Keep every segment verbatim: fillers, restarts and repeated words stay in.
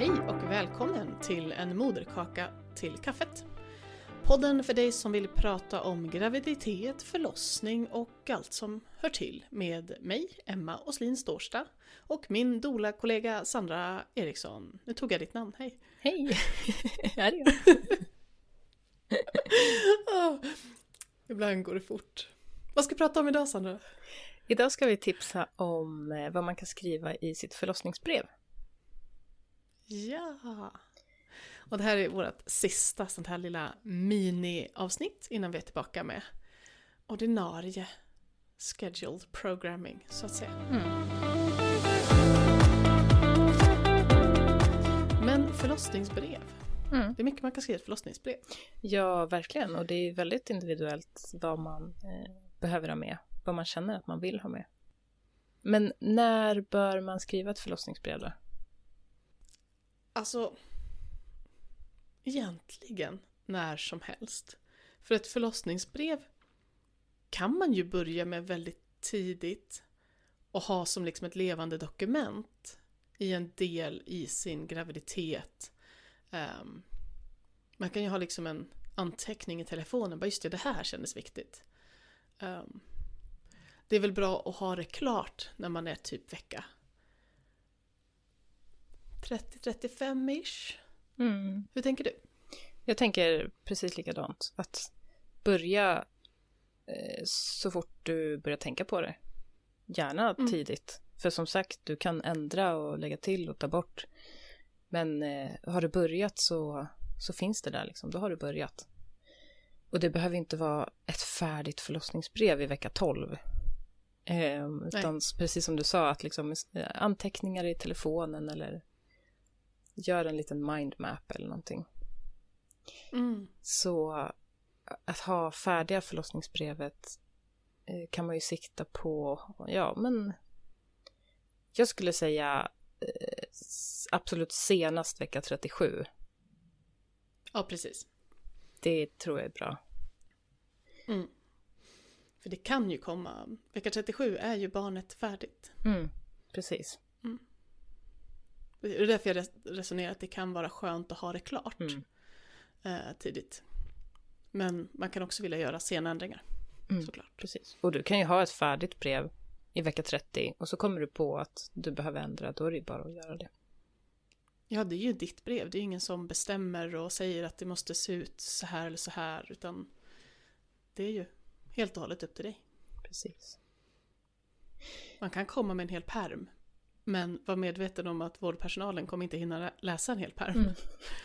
Hej och välkommen till en moderkaka till kaffet. Podden för dig som vill prata om graviditet, förlossning och allt som hör till med mig, Emma Åslin Stårsta, och min doula-kollega Sandra Eriksson. Nu tog jag ditt namn, hej. Hej, här är jag. oh, ibland går det fort. Vad ska vi prata om idag, Sandra? Idag ska vi tipsa om vad man kan skriva i sitt förlossningsbrev. Ja, och det här är vårt sista sånt här lilla mini-avsnitt innan vi är tillbaka med ordinarie scheduled programming, så att säga. Mm. Men förlossningsbrev. Mm. Det är mycket man kan skriva ett förlossningsbrev. Ja, verkligen. Och det är väldigt individuellt vad man eh, behöver ha med. Vad man känner att man vill ha med. Men när bör man skriva ett förlossningsbrev då? Alltså, egentligen när som helst. För ett förlossningsbrev kan man ju börja med väldigt tidigt och ha som liksom ett levande dokument i en del i sin graviditet. Um, man kan ju ha liksom en anteckning i telefonen. Bara just det, det här kändes viktigt. Um, det är väl bra att ha det klart när man är typ vecka trettio till trettiofem-ish. Mm. Hur tänker du? Jag tänker precis likadant. Att börja eh, så fort du börjar tänka på det. Gärna mm. tidigt. För som sagt, du kan ändra och lägga till och ta bort. Men eh, har du börjat så, så finns det där liksom. Då har du börjat. Och det behöver inte vara ett färdigt förlossningsbrev i vecka tolv. Eh, utan precis som du sa, att liksom, anteckningar i telefonen eller gör en liten mindmap eller någonting. Mm. Så att ha färdiga förlossningsbrevet eh, kan man ju sikta på, ja men jag skulle säga eh, absolut senast vecka trettiosju. Ja, precis. Det tror jag är bra. Mm. För det kan ju komma, vecka trettiosju är ju barnet färdigt. Mm, precis. Mm. Det är därför jag resonerar att det kan vara skönt att ha det klart mm. eh, tidigt. Men man kan också vilja göra sena ändringar. Mm. Såklart. Precis. Och du kan ju ha ett färdigt brev i vecka trettio och så kommer du på att du behöver ändra. Då är det bara att göra det. Ja, det är ju ditt brev. Det är ingen som bestämmer och säger att det måste se ut så här eller så här. Utan det är ju helt och hållet upp till dig. Precis. Man kan komma med en hel pärm. Men var medveten om att vårdpersonalen kommer inte hinna läsa en hel pärm. Mm.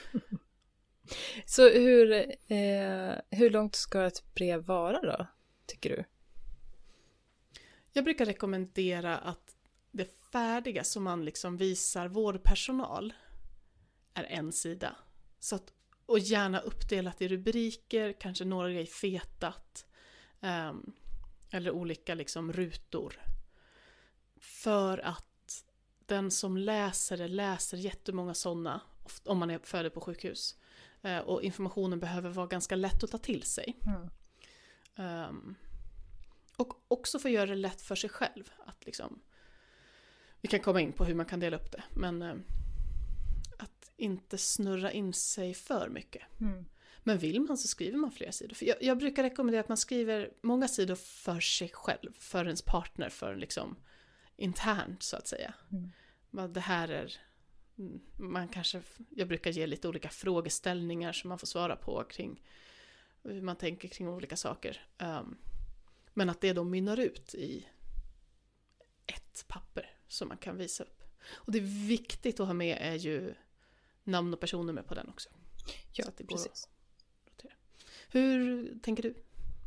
Så hur, eh, hur långt ska ett brev vara då, tycker du? Jag brukar rekommendera att det färdiga som man liksom visar vårdpersonal är en sida. Så att, och gärna uppdelat i rubriker, kanske några grejer fetat. Um, eller olika liksom rutor. För att den som läser det läser jättemånga sådana, om man är född på sjukhus. Uh, och informationen behöver vara ganska lätt att ta till sig. Mm. Um, och också få göra det lätt för sig själv. Att liksom, vi kan komma in på hur man kan dela upp det. Men uh, att inte snurra in sig för mycket. Mm. Men vill man så skriver man flera sidor. För jag, jag brukar rekommendera att man skriver många sidor för sig själv. För ens partner. För liksom internt så att säga. Mm. Det här är... Man kanske, jag brukar ge lite olika frågeställningar som man får svara på kring hur man tänker kring olika saker. Um, men att det då mynnar ut i ett papper som man kan visa upp. Och det är viktigt att ha med är ju namn och personnummer på den också. Ja, så att det går precis. Att rotera. Hur tänker du?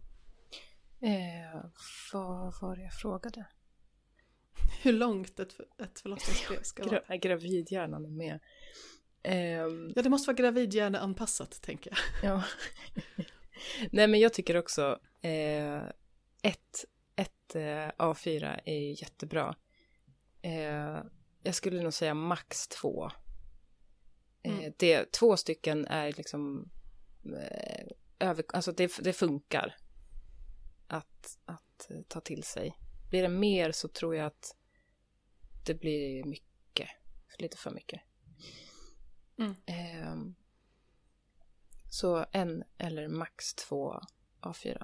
Eh, vad var det jag frågade? Hur långt ett, ett förlossningsbrev ska Gra- vara. Gravidhjärnan är med. Um, ja, det måste vara gravidhjärna-anpassat, tänker jag. Ja. Nej, men jag tycker också eh, ett, ett eh, A fyra är jättebra. Eh, jag skulle nog säga max två. Mm. Eh, det, två stycken är liksom eh, över, alltså det, det funkar att, att ta till sig. Blir det mer så tror jag att det blir mycket. Lite för mycket. Mm. Eh, så en eller max två A fyra.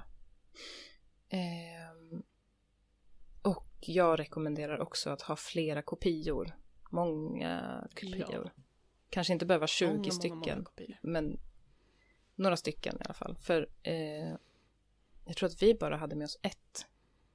Eh, och jag rekommenderar också att ha flera kopior. Många kopior. Ja. Kanske inte behöva tjugo många, stycken. Många, många men några stycken i alla fall. För eh, jag tror att vi bara hade med oss ett.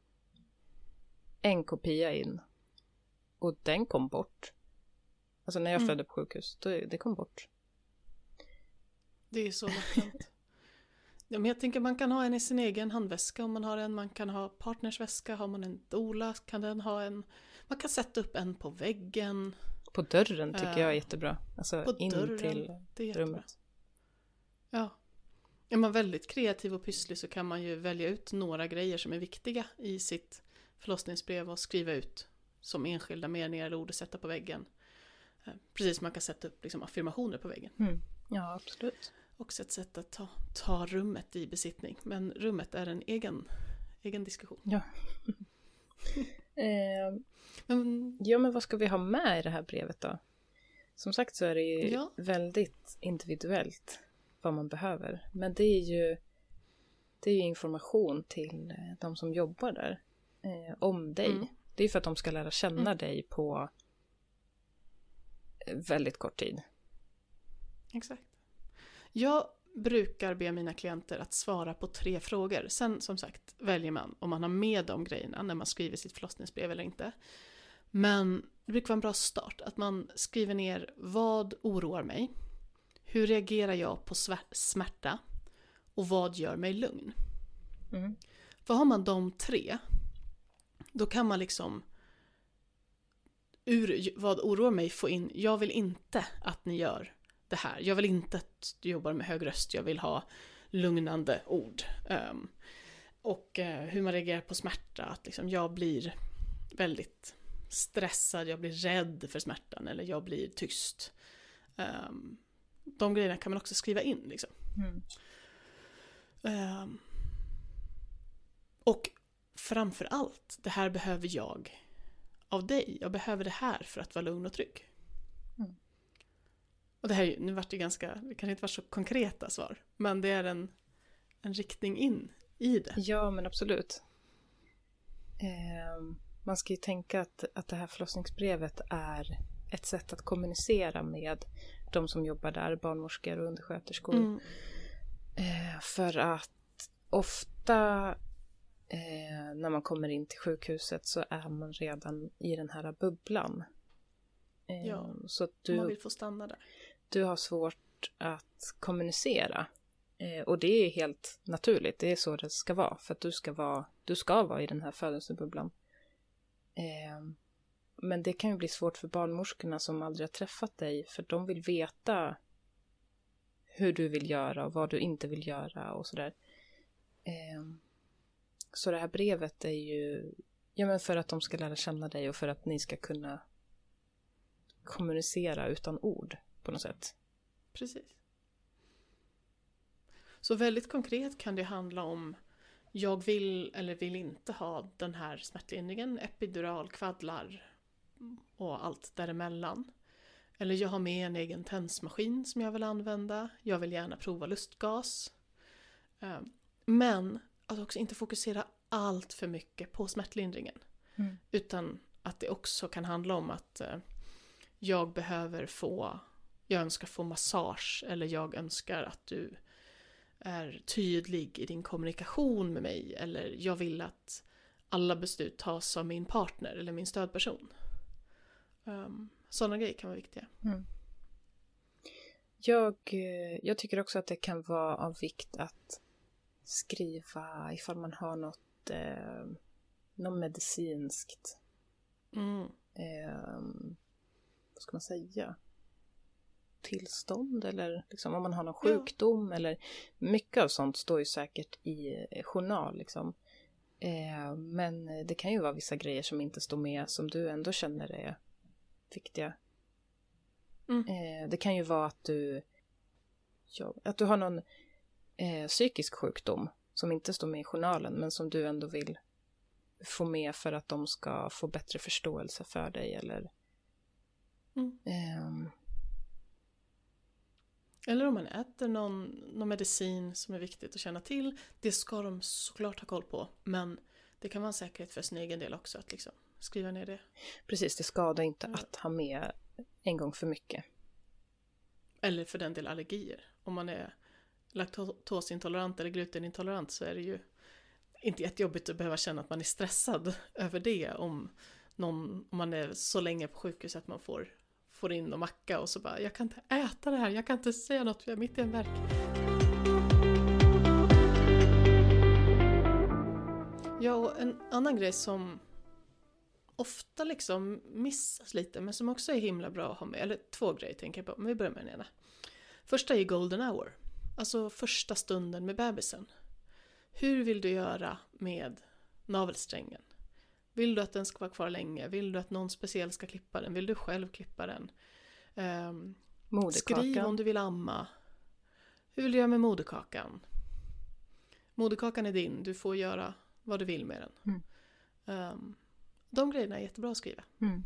En kopia in. Och den kom bort. Alltså när jag mm. födde på sjukhus. Då, det kom bort. Det är så lätt. Ja, men jag tänker man kan ha en i sin egen handväska om man har en. Man kan ha partnersväska. Har man en doula kan den ha en. Man kan sätta upp en på väggen. På dörren tycker uh, jag är jättebra. Alltså på in dörren, till det är rummet. Ja. Är man väldigt kreativ och pysslig så kan man ju välja ut några grejer som är viktiga i sitt förlossningsbrev och skriva ut som enskilda meningar eller ord och sätta på väggen. Precis som man kan sätta upp liksom affirmationer på väggen. Mm. Ja, absolut. Också ett sätt att ta, ta rummet i besittning. Men rummet är en egen, egen diskussion. Ja. eh, men, ja, men vad ska vi ha med i det här brevet då? Som sagt så är det ju ja. väldigt individuellt vad man behöver. Men det är ju, det är ju information till de som jobbar där eh, om dig. Mm. Det är för att de ska lära känna mm. dig på väldigt kort tid. Exakt. Jag brukar be mina klienter att svara på tre frågor. Sen som sagt väljer man om man har med de grejerna när man skriver sitt förlossningsbrev eller inte. Men det brukar vara en bra start att man skriver ner vad oroar mig. Hur reagerar jag på smärta? Och vad gör mig lugn? Mm. För har man de tre, då kan man liksom ur vad oroar mig få in, jag vill inte att ni gör det här. Jag vill inte att du jobbar med hög röst. Jag vill ha lugnande ord. Um, och uh, hur man reagerar på smärta. Att liksom jag blir väldigt stressad. Jag blir rädd för smärtan. Eller jag blir tyst. Um, de grejerna kan man också skriva in. Liksom. Mm. Um, och framför allt, det här behöver jag av dig. Jag behöver det här för att vara lugn och trygg. Mm. Och det här, nu vart det ganska, det kanske inte var så konkreta svar, men det är en, en riktning in i det. Ja, men absolut. Eh, man ska ju tänka att, att det här förlossningsbrevet är ett sätt att kommunicera med de som jobbar där, barnmorskor och undersköterskor. Mm. Eh, för att ofta eh, när man kommer in till sjukhuset så är man redan i den här bubblan. Eh, ja, så att du, man vill få stanna där. Du har svårt att kommunicera. Eh, och det är helt naturligt. Det är så det ska vara. För att du ska vara, du ska vara i den här födelsebubblan. Eh, men det kan ju bli svårt för barnmorskorna som aldrig har träffat dig. För de vill veta hur du vill göra och vad du inte vill göra och sådär. Eh, så det här brevet är ju ja, men för att de ska lära känna dig och för att ni ska kunna kommunicera utan ord på något sätt. Precis. Så väldigt konkret kan det handla om jag vill eller vill inte ha den här smärtlindringen, epidural, kvaddlar och allt däremellan. Eller jag har med en egen tensmaskin som jag vill använda. Jag vill gärna prova lustgas. Men att också inte fokusera allt för mycket på smärtlindringen. Mm. Utan att det också kan handla om att jag behöver få, jag önskar få massage eller jag önskar att du är tydlig i din kommunikation med mig eller jag vill att alla beslut tas av min partner eller min stödperson. Um, sådana grejer kan vara viktiga. Mm. Jag, jag tycker också att det kan vara av vikt att skriva ifall man har något, eh, något medicinskt. Mm. Eh, vad ska man säga? Tillstånd eller liksom, om man har någon sjukdom ja. Eller mycket av sånt står ju säkert i journal liksom. Eh, men det kan ju vara vissa grejer som inte står med som du ändå känner är viktiga. Mm. Eh, det kan ju vara att du ja, att du har någon eh, psykisk sjukdom som inte står med i journalen men som du ändå vill få med för att de ska få bättre förståelse för dig eller mm. eh, Eller om man äter någon, någon medicin som är viktigt att känna till. Det ska de såklart ha koll på. Men det kan vara en säkerhet för sin egen del också att liksom skriva ner det. Precis, det skadar inte att ha med en gång för mycket. Eller för den del allergier. Om man är laktosintolerant eller glutenintolerant så är det ju inte jättejobbigt att behöva känna att man är stressad över det. Om, någon, om man är så länge på sjukhus att man får, får in och macka och så bara, jag kan inte äta det här, jag kan inte säga något, jag är mitt i en verk. Ja, och en annan grej som ofta liksom missas lite, men som också är himla bra att ha med, eller två grejer tänker jag på, men vi börjar med den ena. Första är ju golden hour, alltså första stunden med bebisen. Hur vill du göra med navelsträngen? Vill du att den ska vara kvar länge? Vill du att någon speciell ska klippa den? Vill du själv klippa den? Um, skriv om du vill amma. Hur vill du göra med moderkakan? Moderkakan är din, du får göra vad du vill med den. Mm. Um, de grejerna är jättebra att skriva. Mm.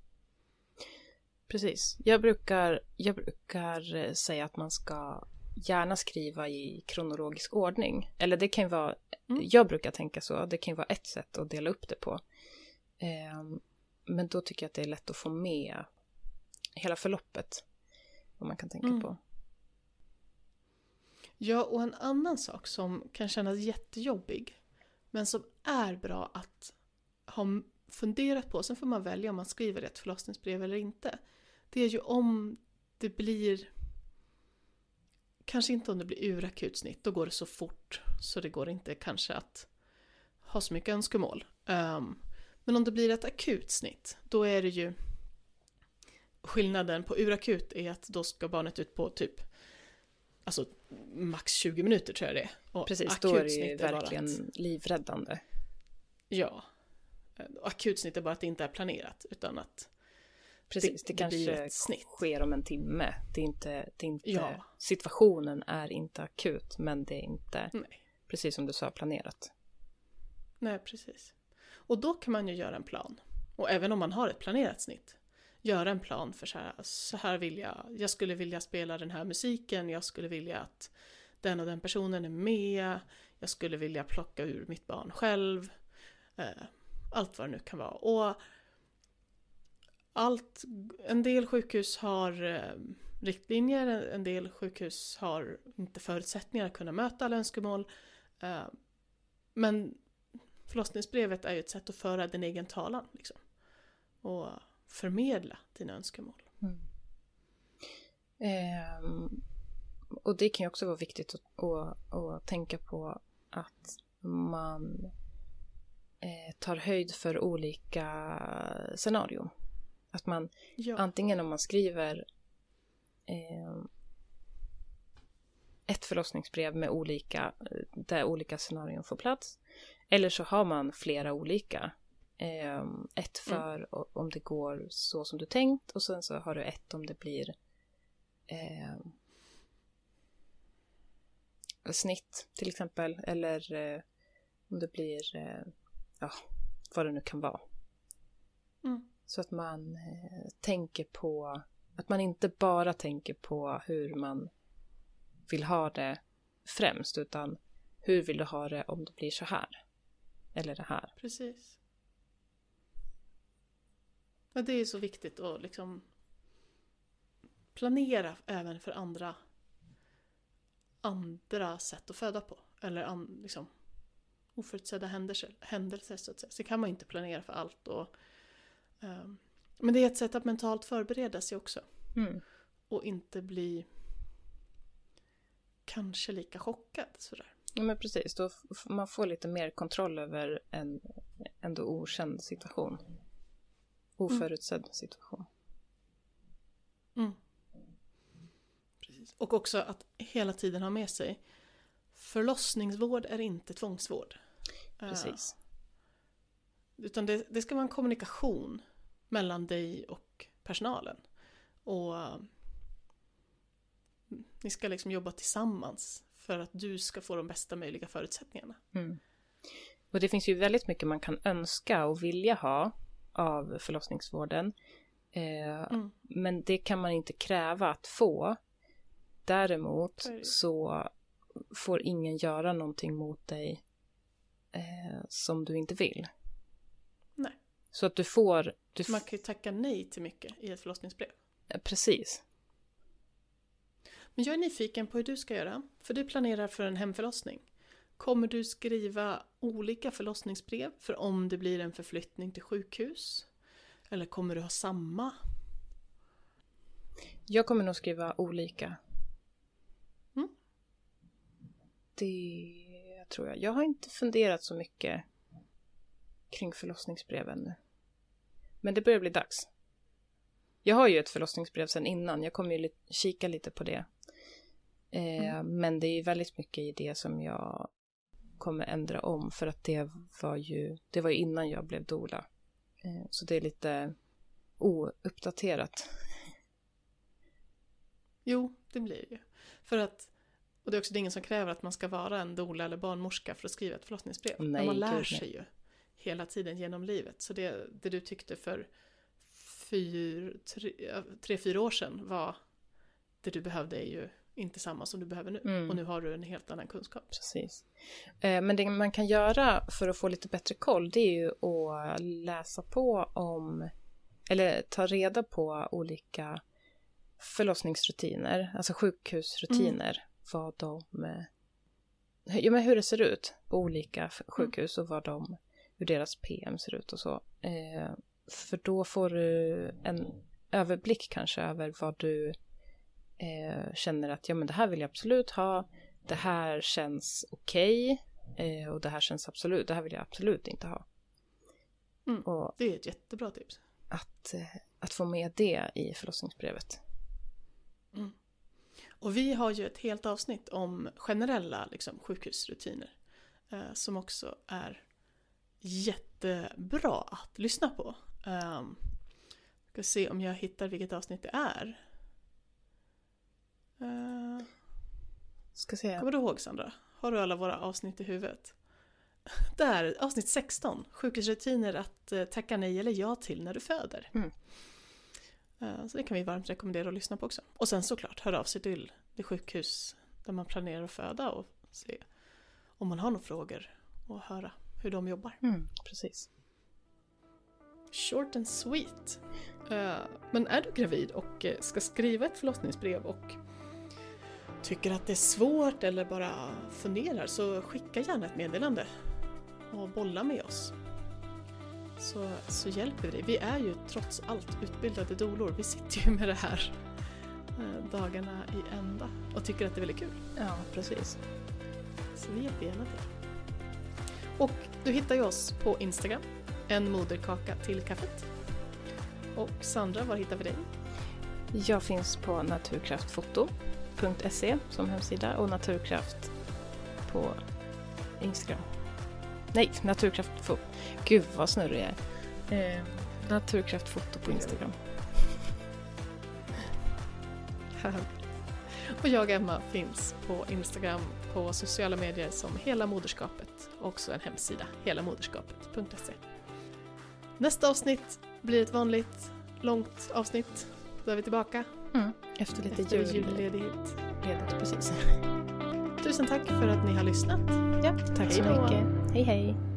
Precis. Jag brukar, jag brukar säga att man ska gärna skriva i kronologisk ordning. Eller det kan ju vara, mm. jag brukar tänka så, det kan ju vara ett sätt att dela upp det på. Um, men då tycker jag att det är lätt att få med hela förloppet. Vad man kan tänka mm. på. Ja, och en annan sak som kan kännas jättejobbig, men som är bra att ha funderat på, sen får man välja om man skriver ett förlossningsbrev eller inte. Det är ju om det blir, kanske inte om det blir urakut snitt, då går det så fort så det går inte kanske att ha så mycket önskemål. Um, men om det blir ett akut snitt, då är det ju skillnaden på urakut är att då ska barnet ut på typ alltså max tjugo minuter tror jag det är. Och precis, då är det ju verkligen att, livräddande. Ja. Akutsnitt är bara att det inte är planerat utan att precis, det, det, det kanske ett snitt. Sker om en timme. Det är inte, det är inte ja. Situationen är inte akut, men det är inte Nej. Precis som du sa planerat. Nej, precis. Och då kan man ju göra en plan. Och även om man har ett planerat snitt, göra en plan för så här, så här vill jag, jag skulle vilja spela den här musiken, jag skulle vilja att den och den personen är med, jag skulle vilja plocka ur mitt barn själv, allt vad det nu kan vara. Och allt, en del sjukhus har eh, riktlinjer, en del sjukhus har inte förutsättningar att kunna möta alla önskemål. Eh, men förlossningsbrevet är ju ett sätt att föra din egen talan liksom, och förmedla dina önskemål. Mm. Eh, och det kan ju också vara viktigt att, att, att tänka på att man eh, tar höjd för olika scenarion. Att man ja. Antingen om man skriver eh, ett förlossningsbrev med olika, där olika scenarion får plats. Eller så har man flera olika. Eh, ett för mm. om det går så som du tänkt. Och sen så har du ett om det blir eh, snitt till exempel. Eller eh, om det blir eh, ja, vad det nu kan vara. Mm. Så att man eh, tänker på, att man inte bara tänker på hur man vill ha det främst, utan hur vill du ha det om det blir så här? Eller det här. Precis. Ja, det är så viktigt att liksom planera även för andra andra sätt att föda på. Eller an, liksom oförutsedda händelser, händelser så att säga. Så kan man inte planera för allt och Um, men det är ett sätt att mentalt förbereda sig också. Mm. Och inte bli kanske lika chockad sådär. Ja, men precis. Då f- man får lite mer kontroll över en ändå okänd situation. Oförutsedd mm. situation. Mm. Precis. Och också att hela tiden ha med sig förlossningsvård är inte tvångsvård. Precis. Uh, Utan det, det ska vara en kommunikation mellan dig och personalen. Och uh, ni ska liksom jobba tillsammans för att du ska få de bästa möjliga förutsättningarna. Mm. Och det finns ju väldigt mycket man kan önska och vilja ha av förlossningsvården. Eh, mm. Men det kan man inte kräva att få. Däremot så får ingen göra någonting mot dig eh, som du inte vill. Nej. Så att du får... Du f- Man kan ju tacka nej till mycket i ett förlossningsbrev. eh, precis. Men jag är nyfiken på hur du ska göra. För du planerar för en hemförlossning. Kommer du skriva olika förlossningsbrev för om det blir en förflyttning till sjukhus? Eller kommer du ha samma? Jag kommer nog skriva olika. Mm. Det tror jag. Jag har inte funderat så mycket kring förlossningsbrev ännu. Men det börjar bli dags. Jag har ju ett förlossningsbrev sedan innan. Jag kommer ju li- kika lite på det. Eh, mm. Men det är väldigt mycket i det som jag kommer ändra om. För att det var ju, det var ju innan jag blev doula. Eh, så det är lite ouppdaterat. Jo, det blir det ju. För att, och det är också det ingen som kräver att man ska vara en doula eller barnmorska för att skriva ett förlossningsbrev. Nej, men man lär gud, sig nej. ju hela tiden genom livet. Så det, det du tyckte för fyr, tre, tre, fyra år sedan var det du behövde är ju inte samma som du behöver nu. Mm. Och nu har du en helt annan kunskap. Precis. Eh, men det man kan göra för att få lite bättre koll, det är ju att läsa på om, eller ta reda på olika förlossningsrutiner, alltså sjukhusrutiner, mm. vad de, ja, men hur det ser ut på olika sjukhus och vad de, hur deras P M ser ut och så. Eh, för då får du en överblick kanske över vad du eh, känner att ja, men det här vill jag absolut ha, det här känns okej okay, eh, och det här känns absolut, det här vill jag absolut inte ha. Mm. Och det är ett jättebra tips. Att, eh, att få med det i förlossningsbrevet. Mm. Och vi har ju ett helt avsnitt om generella liksom, sjukhusrutiner eh, som också är jättebra att lyssna på. Um, ska se om jag hittar vilket avsnitt det är. Uh, ska se. Kommer du ihåg, Sandra? Har du alla våra avsnitt i huvudet? Där, avsnitt sexton. Sjukhusrutiner att uh, tacka nej eller ja till när du föder. Mm. Uh, så det kan vi varmt rekommendera att lyssna på också. Och sen såklart hör av sig till det sjukhus där man planerar att föda och se om man har några frågor och höra hur de jobbar. Mm, precis. Short and sweet. Uh, men är du gravid och uh, ska skriva ett förlossningsbrev och tycker att det är svårt eller bara funderar, så skicka gärna ett meddelande och bolla med oss. Så, så hjälper vi dig. Vi är ju trots allt utbildade doulor. Vi sitter ju med det här uh, dagarna i ända och tycker att det är väldigt kul. Ja, precis. Så vi hjälper gärna till. Och du hittar ju oss på Instagram. En moderkaka till kaffet. Och Sandra, var hittar vi dig? Jag finns på naturkraftfoto punkt se som hemsida och naturkraft på Instagram. Nej, naturkraftfoto. Gud vad snurrig jag är. Eh, naturkraftfoto på Instagram. Och jag, Emma, finns på Instagram, på sociala medier som Hela moderskapet. Och också en hemsida, helamoderskapet punkt se. Nästa avsnitt blir ett vanligt, långt avsnitt. Då är vi tillbaka. Mm. Efter lite Efter jul- julledighet. ledigt, precis. Tusen tack för att ni har lyssnat. Ja, tack Hej så då. mycket. Hej hej.